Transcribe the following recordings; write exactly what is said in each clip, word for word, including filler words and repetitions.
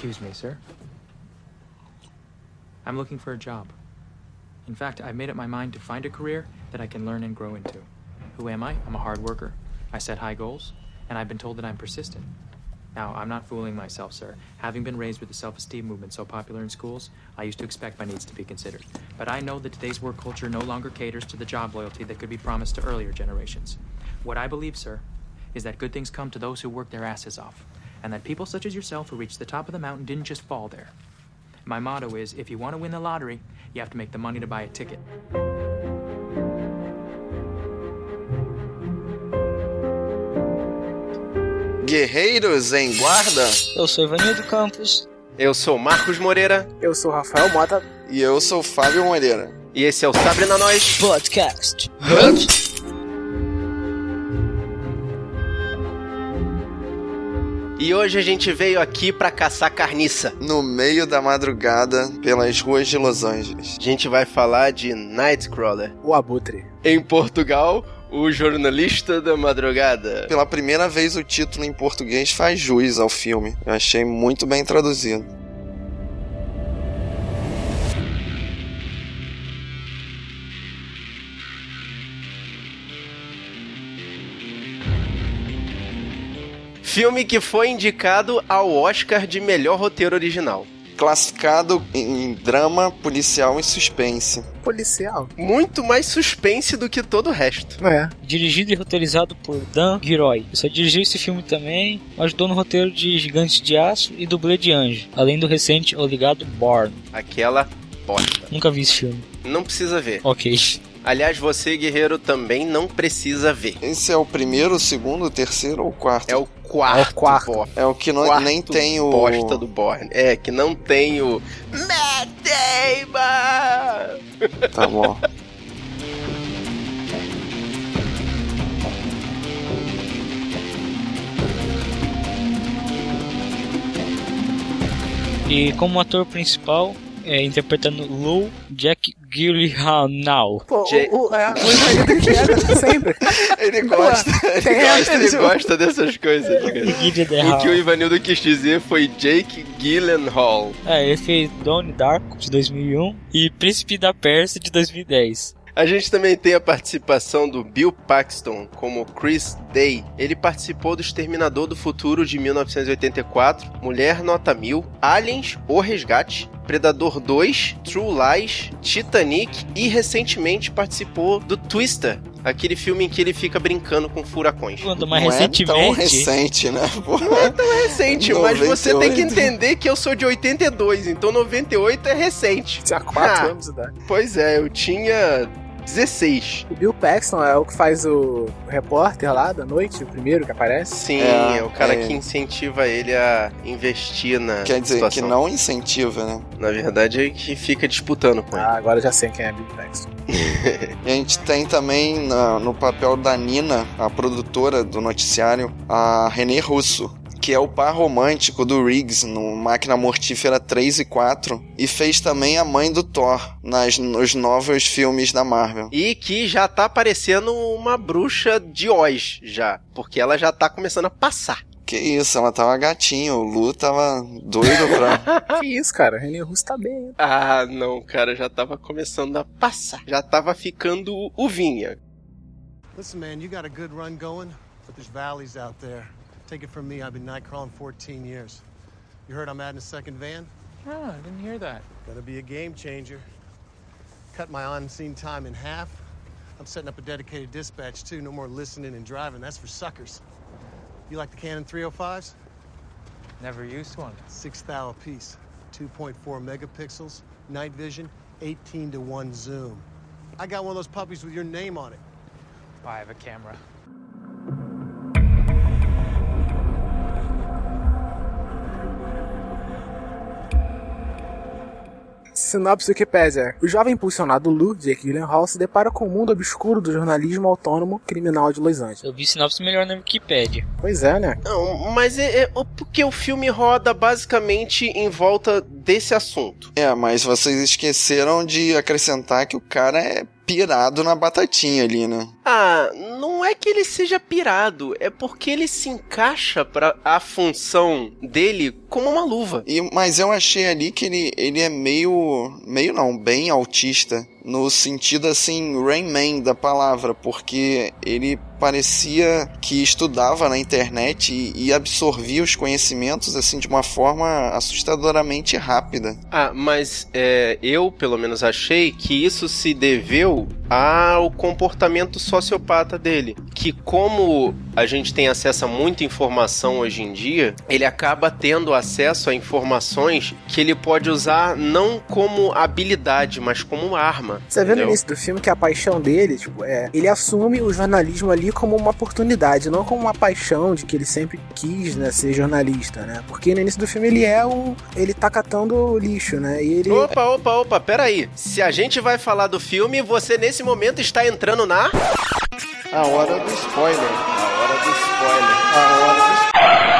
Excuse me, sir. I'm looking for a job. In fact, I've made up my mind to find a career that I can learn and grow into. Who am I? I'm a hard worker. I set high goals, and I've been told that I'm persistent. Now, I'm not fooling myself, sir. Having been raised with the self-esteem movement so popular in schools, I used to expect my needs to be considered. But I know that today's work culture no longer caters to the job loyalty that could be promised to earlier generations. What I believe, sir, is that good things come to those who work their asses off, and that people such as yourself who reached the top of the mountain didn't just fall there. My motto is, if you want to win the lottery, you have to make the money to buy a ticket. Guerreiros em Guarda. Eu sou Ivanildo Campos. Eu sou Marcos Moreira. Eu sou Rafael Mota. E eu sou Fábio Moreira. E esse é o Sabrina Nós Podcast. E hoje a gente veio aqui pra caçar carniça. No meio da madrugada, pelas ruas de Los Angeles. A gente vai falar de Nightcrawler. O Abutre. Em Portugal, o jornalista da madrugada. Pela primeira vez o título em português faz jus ao filme. Eu achei muito bem traduzido. Filme que foi indicado ao Oscar de melhor roteiro original. Classificado em drama, policial e suspense. Policial? Muito mais suspense do que todo o resto. É. Dirigido e roteirizado por Dan Gilroy. Ele só dirigiu esse filme também, ajudou no roteiro de Gigantes de Aço e Dublê de Anjo, além do recente O Legado Bourne. Aquela bosta. Nunca vi esse filme. Não precisa ver. Ok. Aliás, você, guerreiro, também não precisa ver. Esse é o primeiro, o segundo, o terceiro ou o quarto? É o quarto. É o quarto. Bosta. É o que não, nem tem o... bosta do Bourne. É, que não tem o... Matt Damon! Tá bom. E como ator principal, é, interpretando Lou, Jack Gyllenhaal. Pô, Jay... o, o, é, o Ivanildo que era sempre. Ele gosta, ele, Tem gosta ele essa, gosta dessas coisas. O que o Ivanildo quis dizer foi Jake Gyllenhaal. É, ele fez Donnie Darko, de dois mil e um, e Príncipe da Pérsia, de dois mil e dez. A gente também tem a participação do Bill Paxton como Chris Day. Ele participou do Exterminador do Futuro de mil novecentos e oitenta e quatro, Mulher Nota Mil, Aliens, O Resgate, Predador dois, True Lies, Titanic e recentemente participou do Twister, aquele filme em que ele fica brincando com furacões. Quando mais não recentemente... é tão recente, né? Porra. Não é tão recente, mas você tem que noventa e oito. entender que eu sou de oitenta e dois, então noventa e oito é recente. Tinha quatro Ah. anos de idade. Pois é, eu tinha dezesseis. O Bill Paxton é o que faz o repórter lá da noite, o primeiro que aparece. Sim, É, é o cara é. que incentiva ele a investir na Quer dizer, situação. que não incentiva, né? Na verdade, é que fica disputando com ele. Ah, agora eu já sei quem é Bill Paxton. E a gente tem também na- no papel da Nina, a produtora do noticiário, a René Russo, que é o par romântico do Riggs no Máquina Mortífera três e quatro, e fez também a mãe do Thor nas, nos novos filmes da Marvel. E que já tá parecendo uma bruxa de Oz, já. Porque ela já tá começando a passar. Que isso, ela tava gatinho, o Lu tava doido pra... Que isso, cara? René Russo tá bem, hein? Ah, não, cara, já tava começando a passar. Já tava ficando uvinha. Listen, man, you got a good run going, but there's valleys out there. Take it from me, I've been night crawling fourteen years. You heard I'm adding a second van? Oh, I didn't hear that. Gonna be a game changer. Cut my on-scene time in half. I'm setting up a dedicated dispatch, too. No more listening and driving. That's for suckers. You like the Canon three oh fives? Never used one. Six thou a piece. two point four megapixels, night vision, eighteen to one zoom. I got one of those puppies with your name on it. I have a camera. Sinopse Wikipédia. O jovem impulsionado Lou, Jake Gyllenhaal, se depara com o mundo obscuro do jornalismo autônomo criminal de Los Angeles. Eu vi sinopse melhor na Wikipédia. Pois é, né? Não, mas é, é porque o filme roda basicamente em volta desse assunto. É, mas vocês esqueceram de acrescentar que o cara é pirado na batatinha ali, né? Ah, não é que ele seja pirado, é porque ele se encaixa pra a função dele como uma luva. E, mas eu achei ali que ele, ele é meio, meio não, bem autista. No sentido, assim, Rain Man da palavra, porque ele parecia que estudava na internet e, e absorvia os conhecimentos, assim, de uma forma assustadoramente rápida. Ah, mas é, eu, pelo menos, achei que isso se deveu ao comportamento sociopata dele. Que como a gente tem acesso a muita informação hoje em dia, ele acaba tendo acesso a informações que ele pode usar não como habilidade, mas como arma. Você vê no início do filme que a paixão dele, tipo, é... ele assume o jornalismo ali como uma oportunidade, não como uma paixão de que ele sempre quis, né, ser jornalista, né? Porque no início do filme ele é um... ele tá catando lixo, né? E ele... Opa, opa, opa, peraí. Se a gente vai falar do filme, você nesse momento está entrando na... A hora do spoiler. A hora do spoiler. A hora do spoiler.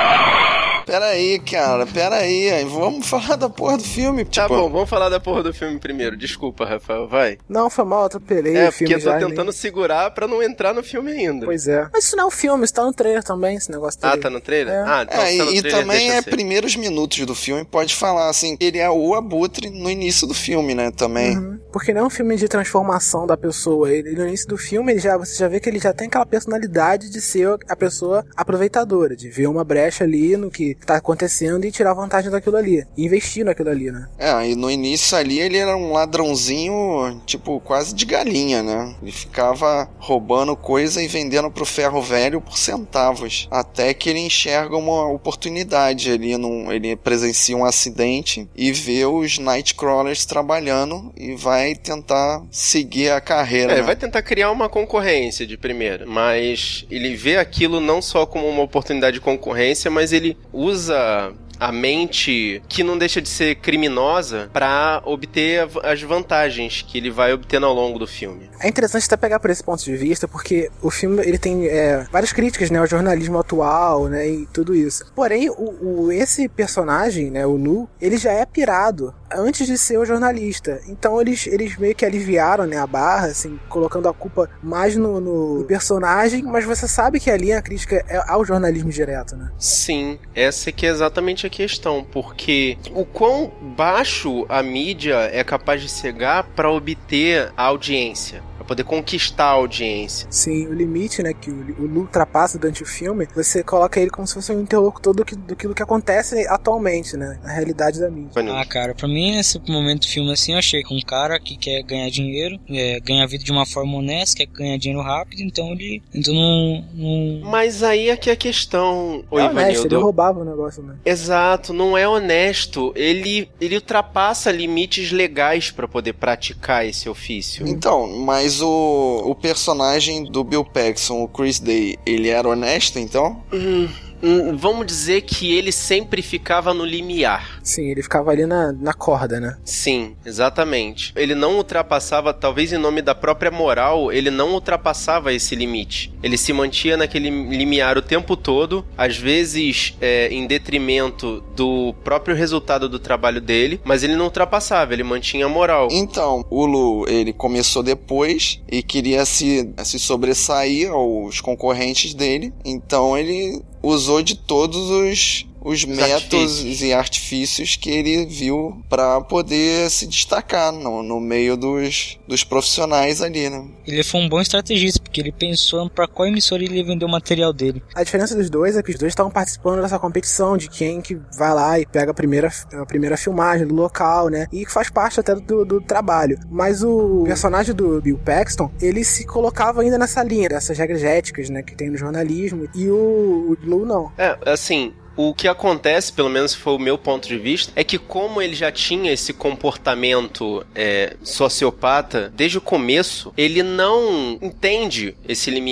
Pera aí, cara, pera aí. Vamos falar da porra do filme. Tá tipo... bom, vamos falar da porra do filme primeiro. Desculpa, Rafael, vai. Não, foi mal, eu atropelei é, o filme. É, porque eu tô já, tentando nem... segurar pra não entrar no filme ainda. Pois é. Mas isso não é um filme, isso tá no trailer também, esse negócio Ah, dele. tá no trailer? É. Ah, então é, tá no e trailer, também é deixa ser. primeiros minutos do filme, pode falar, assim, ele é o Abutre no início do filme, né, também. Uhum. Porque não é um filme de transformação da pessoa. Ele, no início do filme, ele já, você já vê que ele já tem aquela personalidade de ser a pessoa aproveitadora, de ver uma brecha ali no que tá acontecendo e tirar vantagem daquilo ali. E investir naquilo ali, né? É, e no início ali ele era um ladrãozinho, tipo, quase de galinha, né? Ele ficava roubando coisa e vendendo pro ferro velho por centavos. Até que ele enxerga uma oportunidade ali, num, ele presencia um acidente e vê os Nightcrawlers trabalhando e vai tentar seguir a carreira. É, né? vai tentar criar uma concorrência de primeira, mas ele vê aquilo não só como uma oportunidade de concorrência, mas ele usa a mente, que não deixa de ser criminosa, pra obter as vantagens que ele vai obtendo ao longo do filme. É interessante até pegar por esse ponto de vista, porque o filme ele tem é, várias críticas, né, ao jornalismo atual, né, e tudo isso. Porém, o, o, esse personagem, né, o Nu, ele já é pirado antes de ser o jornalista. Então eles, eles meio que aliviaram, né, a barra, assim, colocando a culpa mais no, no, no personagem, mas você sabe que ali a crítica é ao jornalismo direto, né? Sim, essa que é exatamente a questão, porque o quão baixo a mídia é capaz de chegar para obter a audiência, para poder conquistar a audiência. Sim, o limite, né, que o, o Lu ultrapassa durante o filme, você coloca ele como se fosse um interlocutor do que, do que, do que acontece atualmente, né, na realidade da mídia. Ah, cara, pra mim, nesse momento do filme, assim, eu achei que um cara que quer ganhar dinheiro, é, ganhar vida de uma forma honesta, quer ganhar dinheiro rápido, então ele então não, não... Mas aí é que é a questão, ô é honesto, Ivanildo. ele roubava o negócio, né? Exato, não é honesto. Ele, ele ultrapassa limites legais pra poder praticar esse ofício. Então, mas o, o personagem do Bill Paxton, o Chris Day, ele era honesto, então? Hum, hum, vamos dizer que ele sempre ficava no limiar. Sim, ele ficava ali na, na corda, né? Sim, exatamente. Ele não ultrapassava, talvez em nome da própria moral, ele não ultrapassava esse limite. Ele se mantinha naquele limiar o tempo todo, às vezes é, em detrimento do próprio resultado do trabalho dele, mas ele não ultrapassava, ele mantinha a moral. Então, o Lu, ele começou depois e queria se, se sobressair aos concorrentes dele, então ele usou de todos os... os, os métodos artifícios. e artifícios que ele viu para poder se destacar no, no meio dos, dos profissionais ali, né? Ele foi um bom estrategista, porque ele pensou para qual emissora ele ia vender o material dele. A diferença dos dois é que os dois estavam participando dessa competição de quem que vai lá e pega a primeira, a primeira filmagem do local, né? E que faz parte até do, do trabalho. Mas o personagem do Bill Paxton, ele se colocava ainda nessa linha, dessas regras éticas, né, que tem no jornalismo. E o, o Lu não. É, assim... O que acontece, pelo menos foi o meu ponto de vista, é que como ele já tinha esse comportamento é, sociopata desde o começo, ele não entende esse limiar.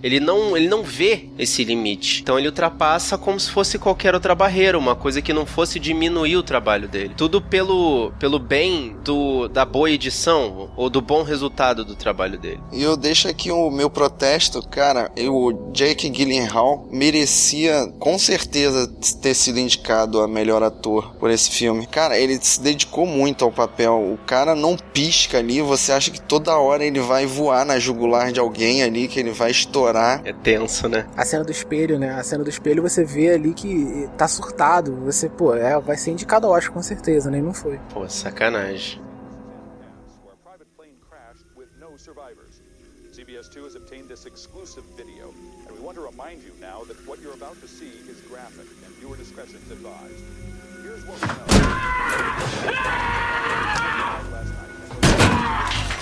Ele não, ele não vê esse limite. Então ele ultrapassa como se fosse qualquer outra barreira, uma coisa que não fosse diminuir o trabalho dele. Tudo pelo, pelo bem do, da boa edição ou do bom resultado do trabalho dele. E eu deixo aqui o meu protesto, cara, eu, o Jake Gyllenhaal merecia com certeza ter sido indicado a melhor ator por esse filme. Cara, ele se dedicou muito ao papel. O cara não pisca ali, você acha que toda hora ele vai voar na jugular de alguém ali, que ele vai estourar. É tenso, né? A cena do espelho, né? A cena do espelho você vê ali que tá surtado. Você, pô, é, vai ser indicado ao Oscar com certeza, né? E não foi. Pô, sacanagem. C B S two has obtained this exclusive video, and we want to remind you now that what you're about to see is graphic, and viewer discretion is advised. Here's what we know. Last night.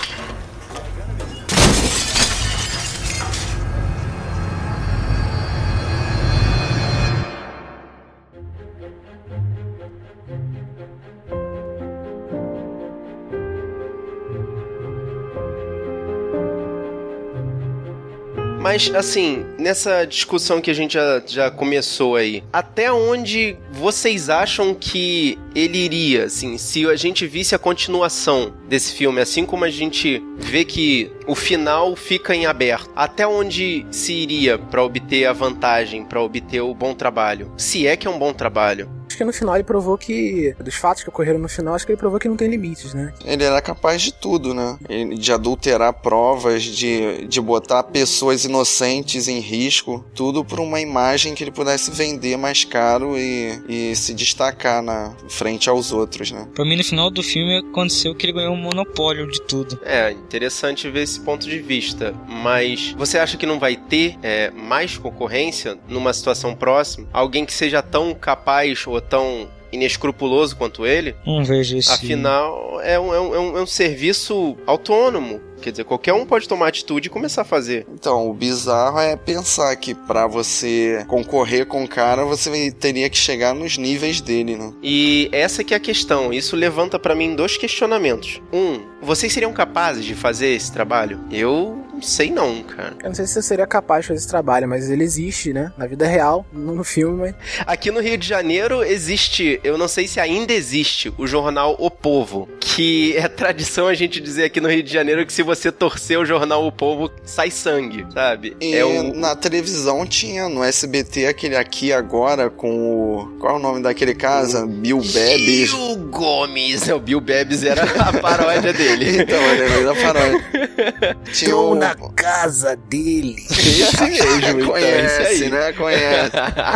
Mas, assim, nessa discussão que a gente já, já começou aí, até onde vocês acham que ele iria, assim, se a gente visse a continuação desse filme, assim como a gente vê que o final fica em aberto, até onde se iria pra obter a vantagem, pra obter o bom trabalho? Se é que é um bom trabalho. Acho que no final ele provou que, dos fatos que ocorreram no final, acho que ele provou que não tem limites, né? Ele era capaz de tudo, né? De adulterar provas, de, de botar pessoas inocentes em risco, tudo por uma imagem que ele pudesse vender mais caro e, e se destacar na frente aos outros, né? Pra mim, no final do filme, aconteceu que ele ganhou um monopólio de tudo. É, interessante ver esse ponto de vista, mas você acha que não vai ter é, mais concorrência numa situação próxima? Alguém que seja tão capaz ou tão inescrupuloso quanto ele? Não vejo isso. Afinal, é um, é, um, é um serviço autônomo. Quer dizer, qualquer um pode tomar atitude e começar a fazer. Então, o bizarro é pensar que pra você concorrer com o cara, você teria que chegar nos níveis dele, né? E essa que é a questão. Isso levanta pra mim dois questionamentos. Um, vocês seriam capazes de fazer esse trabalho? Eu não sei não, cara. Eu não sei se eu seria capaz de fazer esse trabalho, mas ele existe, né? Na vida real, não no filme, mas... Aqui no Rio de Janeiro existe, eu não sei se ainda existe, o jornal O Povo, que é tradição a gente dizer aqui no Rio de Janeiro que se você torcer o jornal O Povo, sai sangue, sabe? E é o... na televisão tinha no S B T aquele Aqui Agora com o... Qual é o nome daquele casa? Bill Bebes. Bill Gomes. O Bill Bebes era a paródia dele. Então, ele era a paródia. Tinha Tô o... na casa dele. Esse mesmo, então, Conhece, esse aí. né? Conhece.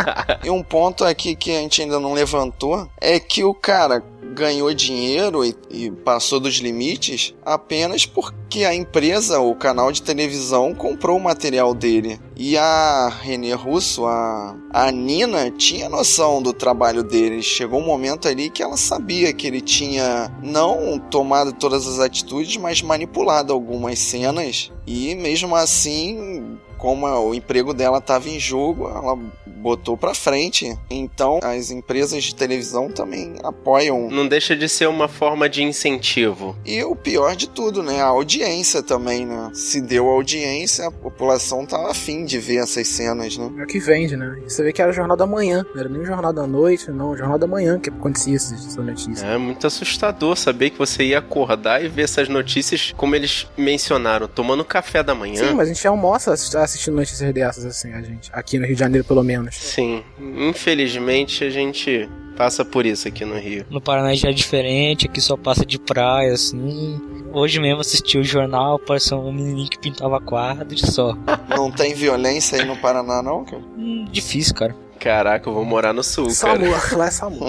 E um ponto aqui que a gente ainda não levantou é que o cara ganhou dinheiro e, e passou dos limites apenas porque a empresa, o canal de televisão, comprou o material dele. E a René Russo, a, a Nina, tinha noção do trabalho dele. Chegou um momento ali que ela sabia que ele tinha não tomado todas as atitudes, mas manipulado algumas cenas. E mesmo assim, como o emprego dela estava em jogo, ela botou pra frente. Então, as empresas de televisão também apoiam. Não deixa de ser uma forma de incentivo. E o pior de tudo, né? A audiência também, né? Se deu audiência, a população tava afim de ver essas cenas, né? É o que vende, né? E você vê que era o Jornal da Manhã, não era nem o Jornal da Noite, não, o Jornal da Manhã que acontecia essa notícia. É muito assustador saber que você ia acordar e ver essas notícias, como eles mencionaram, tomando café da manhã. Sim, mas a gente almoça assistindo notícias dessas, assim, a gente, aqui no Rio de Janeiro, pelo menos. Sim, infelizmente a gente passa por isso aqui no Rio. No Paraná já é diferente, aqui só passa de praia, assim. Hoje mesmo assisti o jornal, parecia um menininho que pintava quadro e só. Não tem violência aí no Paraná, não, cara? Hum, difícil, cara. Caraca, eu vou morar no sul, Só cara. amor, lá é só amor.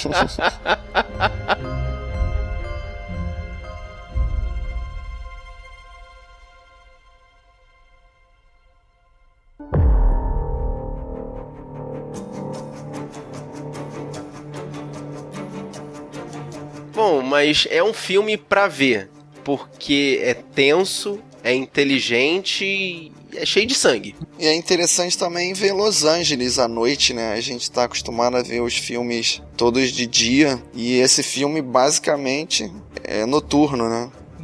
Bom, mas é um filme pra ver, porque é tenso, é inteligente e é cheio de sangue. E é interessante também ver Los Angeles à noite, né? A gente tá acostumado a ver os filmes todos de dia, e esse filme basicamente é noturno, né?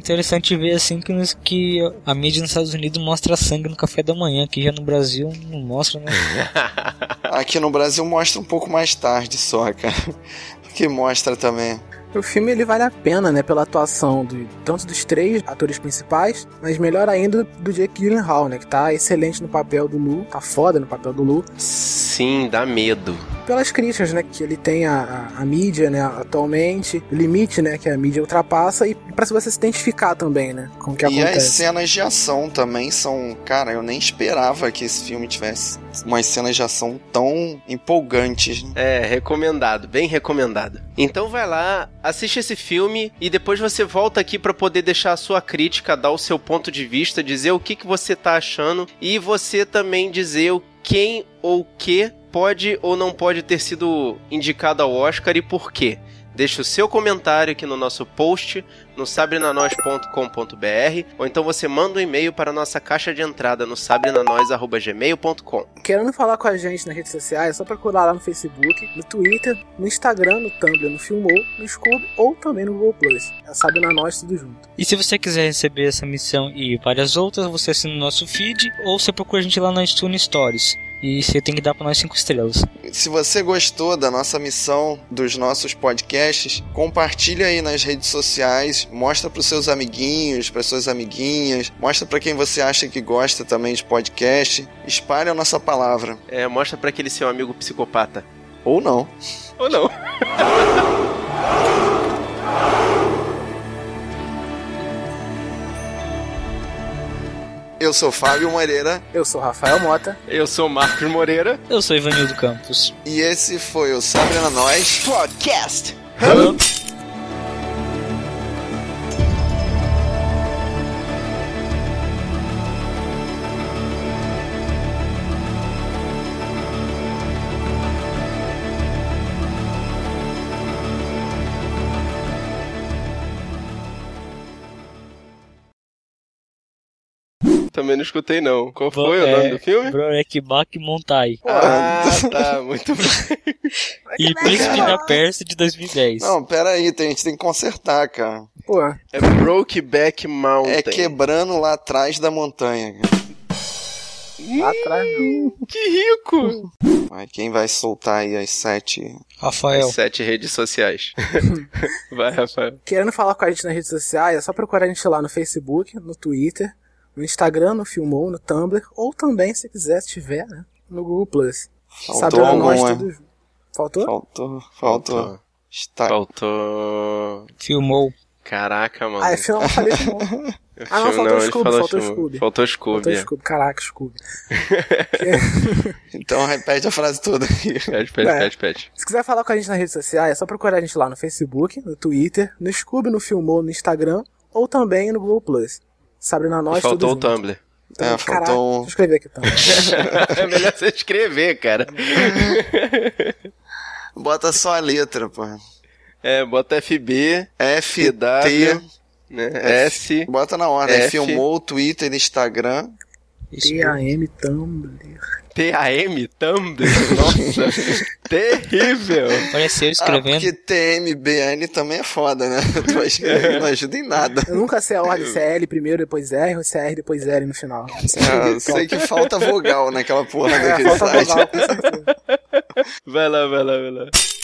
Interessante ver assim que, nos, que a mídia nos Estados Unidos mostra sangue no café da manhã, que já no Brasil não mostra, né? Aqui no Brasil mostra um pouco mais tarde só, cara. Que mostra também. O filme ele vale a pena, né, pela atuação do, tanto dos três atores principais, mas melhor ainda do Jake Gyllenhaal, né, que tá excelente no papel do Lu, tá foda no papel do Lu. Sim, dá medo. Pelas críticas, né, que ele tem a, a, a mídia, né, atualmente, o limite, né, que a mídia ultrapassa, e pra você se identificar também, né, com o que e acontece. as cenas de ação também são... Cara, eu nem esperava que esse filme tivesse umas cenas de ação tão empolgantes. É, recomendado, bem recomendado. Então vai lá, assiste esse filme e depois você volta aqui pra poder deixar a sua crítica, dar o seu ponto de vista, dizer o que, que você tá achando e você também dizer o quem ou que pode ou não pode ter sido indicado ao Oscar e por quê. Deixe o seu comentário aqui no nosso post, no sabre na nós ponto com ponto b r, ou então você manda um e-mail para a nossa caixa de entrada no sabre na nós arroba gmail ponto com. Querendo falar com a gente nas redes sociais, é só procurar lá no Facebook, no Twitter, no Instagram, no Tumblr, no Filmou, no Scoob ou também no Google Plus. É Sabe na Nós, tudo junto. E se você quiser receber essa missão e várias outras, você assina o nosso feed ou você procura a gente lá na iTunes Stories. E você tem que dar pra nós cinco estrelas. Se você gostou da nossa missão, dos nossos podcasts, compartilha aí nas redes sociais, mostra pros seus amiguinhos, pras suas amiguinhas, mostra pra quem você acha que gosta também de podcast, espalhe a nossa palavra. É, mostra pra aquele seu amigo psicopata. Ou não. Ou não. Eu sou Fábio Moreira. Eu sou Rafael Mota. Eu sou Marcos Moreira. Eu sou Ivanildo Campos. E esse foi o Sabre na Nós Podcast. Hello. Também não escutei, não. Qual Bro, foi é, o nome do filme? Brokeback Mountain. Ah, tá. Muito bem. E Príncipe da Pérsia de dois mil e dez. Não, pera aí, a gente tem que consertar, cara. Pô, É Brokeback Mountain. É quebrando lá atrás da montanha, cara. lá atrás não. Que rico! Vai, quem vai soltar aí as sete... Rafael. As sete redes sociais. Vai, Rafael. Querendo falar com a gente nas redes sociais, é só procurar a gente lá no Facebook, no Twitter, no Instagram, no Filmou, no Tumblr, ou também, se quiser, se tiver, né, no Google Plus. Faltou Sabe nós alguma? tudo junto. Faltou? Faltou, faltou. Está... Faltou... Filmou. Caraca, mano. Ah, é filme, eu falei Filmou. Ah, não, faltou o Scooby, faltou o Scooby. Faltou o Scooby. Faltou o é. Scooby, caraca, Scooby. Então repete a frase toda aqui. Pede, pede, É. pede, pede. Se quiser falar com a gente nas redes sociais, é só procurar a gente lá no Facebook, no Twitter, no Scooby, no Filmou, no Instagram, ou também no Google Plus. Sabe na nós tudo Faltou o junto. Tumblr. Então, É, caraca, faltou um- deixa eu escrever aqui então. É melhor você escrever, cara. Bota só a letra, pô. É, bota F B, F, T T... W, né? S. Bota na ordem. F. Filmou, Twitter, Instagram. T A M Tumblr. T A M, Tumblr. Nossa, terrível. Pareceu Ah, escrevendo. porque T M B N também é foda, né? Tu vai escrever, não ajuda em nada. Eu nunca sei a ordem, se é L primeiro, depois R, ou se é R, depois L no final. Ah, eu sei que falta vogal naquela porra É, daquele falta site. vogal, com certeza. Vai lá, vai lá, vai lá.